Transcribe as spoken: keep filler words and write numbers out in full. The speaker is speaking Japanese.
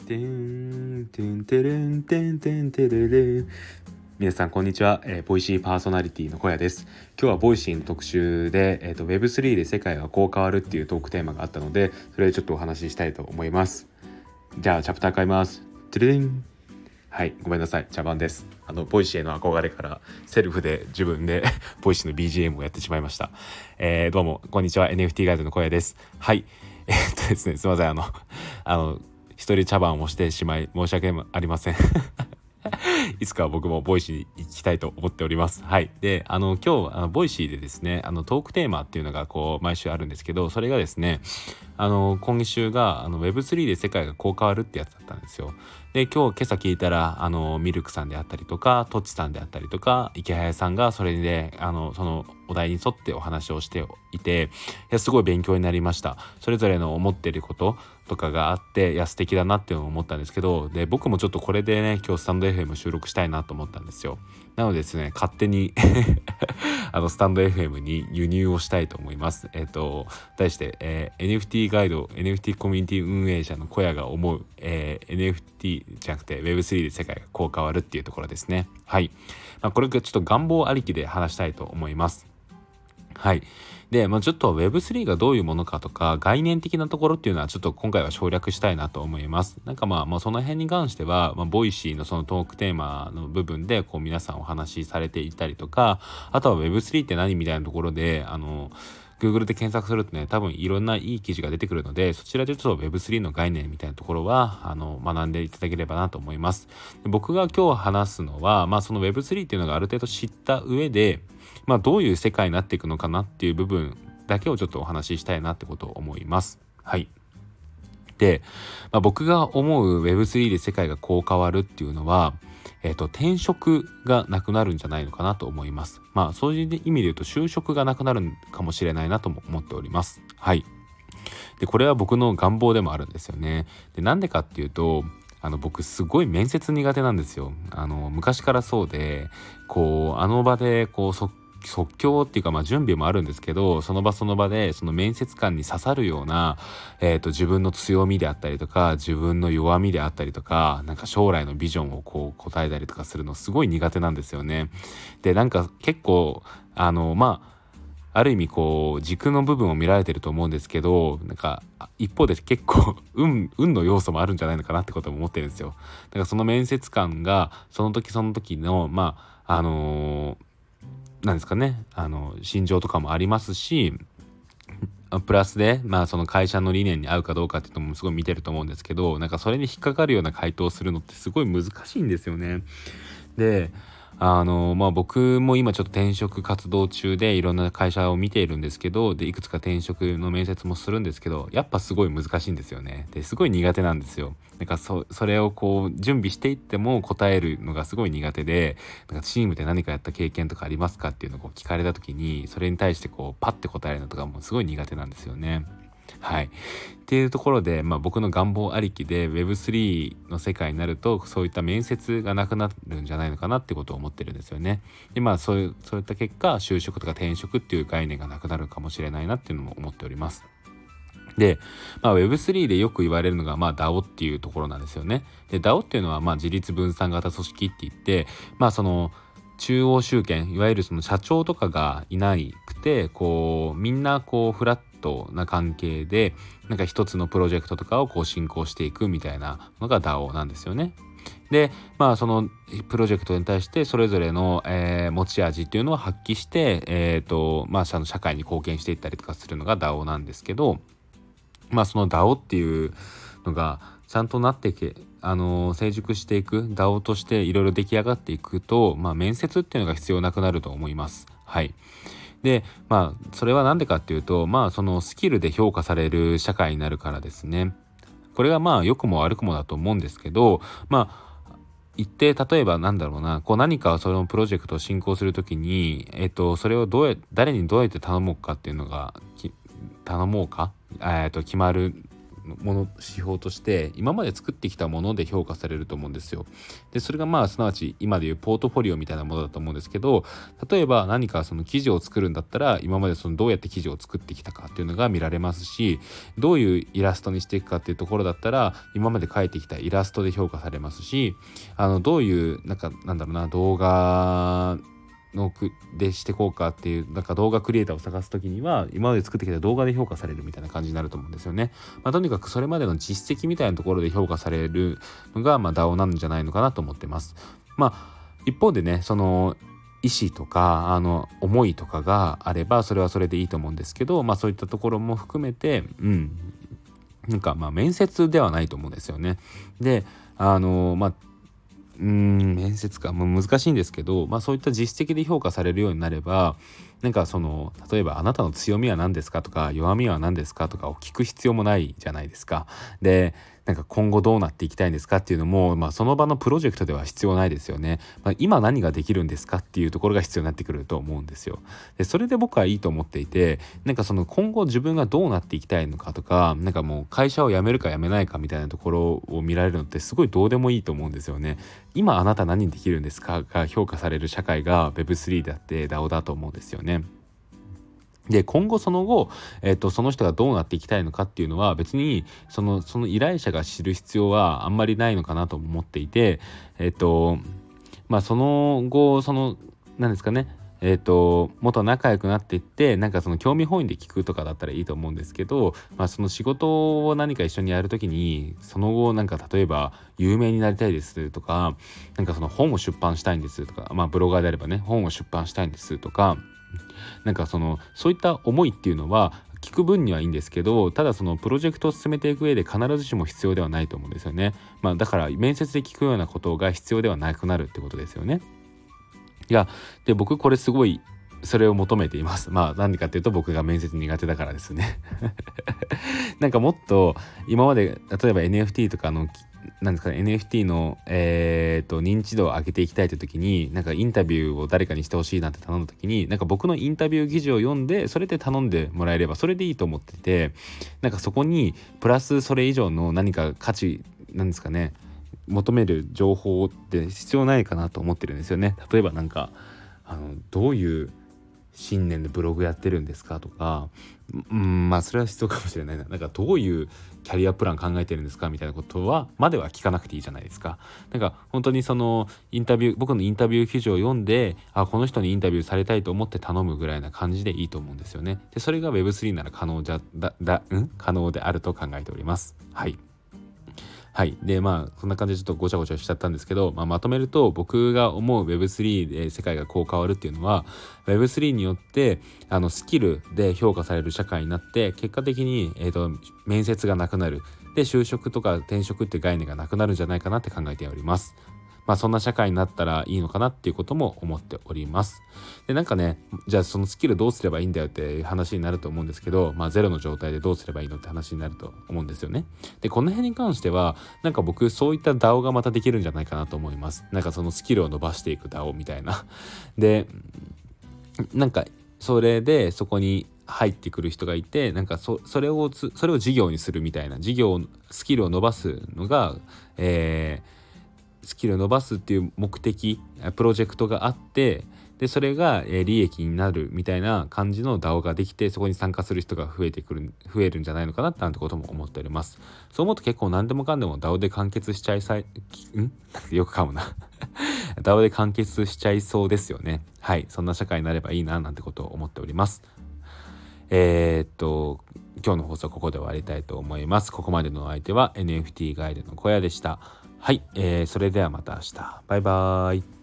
てんてんてれんてんてんてれれん。皆さんこんにちは、えー、ボイシーパーソナリティの小屋です。今日はボイシーの特集で、えーと、ウェブスリー で世界がこう変わるっていうトークテーマがあったので、それでちょっとお話ししたいと思います。じゃあチャプター変えます。てれん。はい、ごめんなさい、茶番です。あのボイシーへの憧れからセルフで自分でボイシーの ビージーエム をやってしまいました。えー、どうもこんにちは、 エヌエフティー ガイドの小屋です。はい、えー、っとですねすいません、あのあの一人茶番をしてしまい申し訳ありませんいつかは僕もボイシーに行きたいと思っております。はい。で、あの今日あのボイシーでですね、あのトークテーマっていうのがこう毎週あるんですけど、それがですね、あの今週があの ウェブスリー で世界がこう変わるってやつだったんですよ。で、今日今朝聞いたらあのミルクさんであったりとか、トッチさんであったりとか、池早さんがそれであのそのお題に沿ってお話をしていて、いやすごい勉強になりました。それぞれの思っていることとかがあって、いや素敵だなっていうのを思ったんですけど、で僕もちょっとこれでね今日スタンド エフエム 収録したいなと思ったんですよ。なのでですね、勝手にあのスタンド エフエム に輸入をしたいと思います。えっと題して、えー、エヌエフティー ガイド エヌエフティー コミュニティ運営者の小屋が思う、えー、エヌエフティー じゃなくて ウェブスリー で世界がこう変わるっていうところですね。はい、まあ、これがちょっと願望ありきで話したいと思います。はい。で、まあ、ちょっと ウェブスリー がどういうものかとか概念的なところっていうのはちょっと今回は省略したいなと思います。なんかまあ、まあ、その辺に関しては、まあ、ボイシーのそのトークテーマの部分でこう皆さんお話しされていたりとか、あとは ウェブスリー って何みたいなところで、あの、Google で検索するとね、多分いろんないい記事が出てくるので、そちらでちょっと ウェブスリー の概念みたいなところは、あの、学んでいただければなと思います。で、僕が今日話すのは、まあその ウェブスリー っていうのがある程度知った上で、まあどういう世界になっていくのかなっていう部分だけをちょっとお話ししたいなってことを思います。はい。で、まあ、僕が思う ウェブスリー で世界がこう変わるっていうのは、えっと、転職がなくなるんじゃないのかなと思います。まあ、そういう意味で言うと就職がなくなるかもしれないなとも思っております。はい。で、これは僕の願望でもあるんですよね。で、なんでかっていうと、あの僕すごい面接苦手なんですよ。あの昔からそうで、こうあの場でこう即即興っていうか、まあ準備もあるんですけど、その場その場でその面接官に刺さるような、えーと、自分の強みであったりとか自分の弱みであったりとか、なんか将来のビジョンをこう答えたりとかするのすごい苦手なんですよね。で、なんか結構あのまあある意味こう軸の部分を見られてると思うんですけど、なんか一方で結構運運の要素もあるんじゃないのかなってことも思ってるんですよ。だからその面接官がその時その時のまああのーなんですかね、あの心情とかもありますし、プラスでまあその会社の理念に合うかどうかっていうのもすごい見てると思うんですけど、なんかそれに引っかかるような回答をするのってすごい難しいんですよね。で、あのまあ僕も今ちょっと転職活動中でいろんな会社を見ているんですけど、でいくつか転職の面接もするんですけど、やっぱすごい難しいんですよね。ですごい苦手なんですよ。なんか そ, それをこう準備していっても答えるのがすごい苦手で、なんかチームで何かやった経験とかありますかっていうのをこう聞かれた時に、それに対してこうパッて答えるのとかもすごい苦手なんですよね。はい。っていうところで、まあ、僕の願望ありきで ウェブスリー の世界になるとそういった面接がなくなるんじゃないのかなってことを思ってるんですよね。で、まあそういうそういった結果就職とか転職っていう概念がなくなるかもしれないなっていうのも思っております。で、まあ、ウェブスリー でよく言われるのが、まあ、ダオ っていうところなんですよね。で ダオ っていうのは、まあ、自立分散型組織って言って、まあその中央集権、いわゆるその社長とかがいなくて、こうみんなこうフラットな関係でなんか一つのプロジェクトとかをこう進行していくみたいなのが ダオ なんですよね。で、まあそのプロジェクトに対してそれぞれの、えー、持ち味っていうのを発揮して、えーとまあ、社会に貢献していったりとかするのが ダオ なんですけど、まあその ダオ っていうのがちゃんとなってけあの成熟していく ダオ としていろいろ出来上がっていくと、まあ面接っていうのが必要なくなると思います。はい。で、まあそれはなんでかっていうと、まあそのスキルで評価される社会になるからですね。これはまあ良くも悪くもだと思うんですけど、まあ一定例えばなんだろうな、こう何かそのプロジェクトを進行するときに、えっとそれをどうや誰にどうやって頼もうかっていうのが頼もうか、えっと決まるもの指標として今まで作ってきたもので評価されると思うんですよ。でそれがまあすなわち今でいうポートフォリオみたいなものだと思うんですけど、例えば何かその記事を作るんだったら今までそのどうやって記事を作ってきたかっていうのが見られますし、どういうイラストにしていくかっていうところだったら今まで描いてきたイラストで評価されますし、あのどういうなんかなんだろうな動画のでしてこうかっていうなんか動画クリエイターを探すときには今まで作ってきた動画で評価されるみたいな感じになると思うんですよね。まあ、とにかくそれまでの実績みたいなところで評価されるのが、まあ、ダオ なんじゃないのかなと思ってます。まあ一方でね、その意思とかあの思いとかがあればそれはそれでいいと思うんですけど、まあそういったところも含めてうんなんかまあ面接ではないと思うんですよね。であのまあうーん面接かもう難しいんですけど、まあそういった実績で評価されるようになれば、なんかその例えばあなたの強みは何ですかとか弱みは何ですかとかを聞く必要もないじゃないですか。でなんか今後どうなっていきたいんですかっていうのも、まあ、その場のプロジェクトでは必要ないですよね。まあ、今何ができるんですかっていうところが必要になってくると思うんですよ。でそれで僕はいいと思っていて、なんかその今後自分がどうなっていきたいのかとか、なんかもう会社を辞めるか辞めないかみたいなところを見られるのってすごいどうでもいいと思うんですよね。今あなた何できるんですかが評価される社会が ウェブスリー だって ダオ だと思うんですよね。で今後その後、えっと、その人がどうなっていきたいのかっていうのは別にそのその依頼者が知る必要はあんまりないのかなと思っていて、えっとまあその後その何ですかねえっともっと仲良くなっていってなんかその興味本位で聞くとかだったらいいと思うんですけど、まあその仕事を何か一緒にやるときにその後なんか例えば有名になりたいですとか、なんかその本を出版したいんですとか、まあブロガーであればね本を出版したいんですとか、なんかそのそういった思いっていうのは聞く分にはいいんですけど、ただそのプロジェクトを進めていく上で必ずしも必要ではないと思うんですよね。まあだから面接で聞くようなことが必要ではなくなるってことですよね。いやで僕これすごいそれを求めています。まあ何でかっていうと僕が面接苦手だからですねなんかもっと今まで例えば エヌエフティー とかのなんですかね エヌエフティー の、えー、と認知度を上げていきたいという時になんかインタビューを誰かにしてほしいなって頼んだ時になんか僕のインタビュー記事を読んでそれで頼んでもらえればそれでいいと思ってて、なんかそこにプラスそれ以上の何か価値なんですかね求める情報って必要ないかなと思ってるんですよね。例えばなんかあのどういう信念でブログやってるんですかとか、うんまあそれは必要かもしれないな。なんかどういうキャリアプラン考えてるんですかみたいなことはまでは聞かなくていいじゃないですか。なんか本当にそのインタビュー僕のインタビュー記事を読んであこの人にインタビューされたいと思って頼むぐらいな感じでいいと思うんですよね。でそれが ウェブスリー なら可能じゃだだん可能であると考えております。はいはい。で、まあ、そんな感じでちょっとごちゃごちゃしちゃったんですけど、まあ、まとめると、僕が思う ウェブスリー で世界がこう変わるっていうのは、ウェブスリー によって、あの、スキルで評価される社会になって、結果的に、えっと、面接がなくなる。で、就職とか転職っていう概念がなくなるんじゃないかなって考えております。まあそんな社会になったらいいのかなっていうことも思っております。でなんかねじゃあそのスキルどうすればいいんだよっていう話になると思うんですけど、まあゼロの状態でどうすればいいのって話になると思うんですよね。でこの辺に関してはなんか僕そういった ダオ がまたできるんじゃないかなと思います。なんかそのスキルを伸ばしていく ダオ みたいな。でなんかそれでそこに入ってくる人がいてなんか そ, それをそれを事業にするみたいな事業スキルを伸ばすのが、えースキルを伸ばすっていう目的プロジェクトがあってでそれが利益になるみたいな感じの ダオ ができてそこに参加する人が増えてくる増えるんじゃないのかなってなんてことも思っております。そう思うと結構何でもかんでも ダオ で完結しちゃいさいんよく噛むなダオ で完結しちゃいそうですよね。はいそんな社会になればいいななんてことを思っております。えー、っと今日の放送はここで終わりたいと思います。ここまでのお相手は エヌエフティー ガイドの小屋でした。はい、えー、それではまた明日。バイバーイ。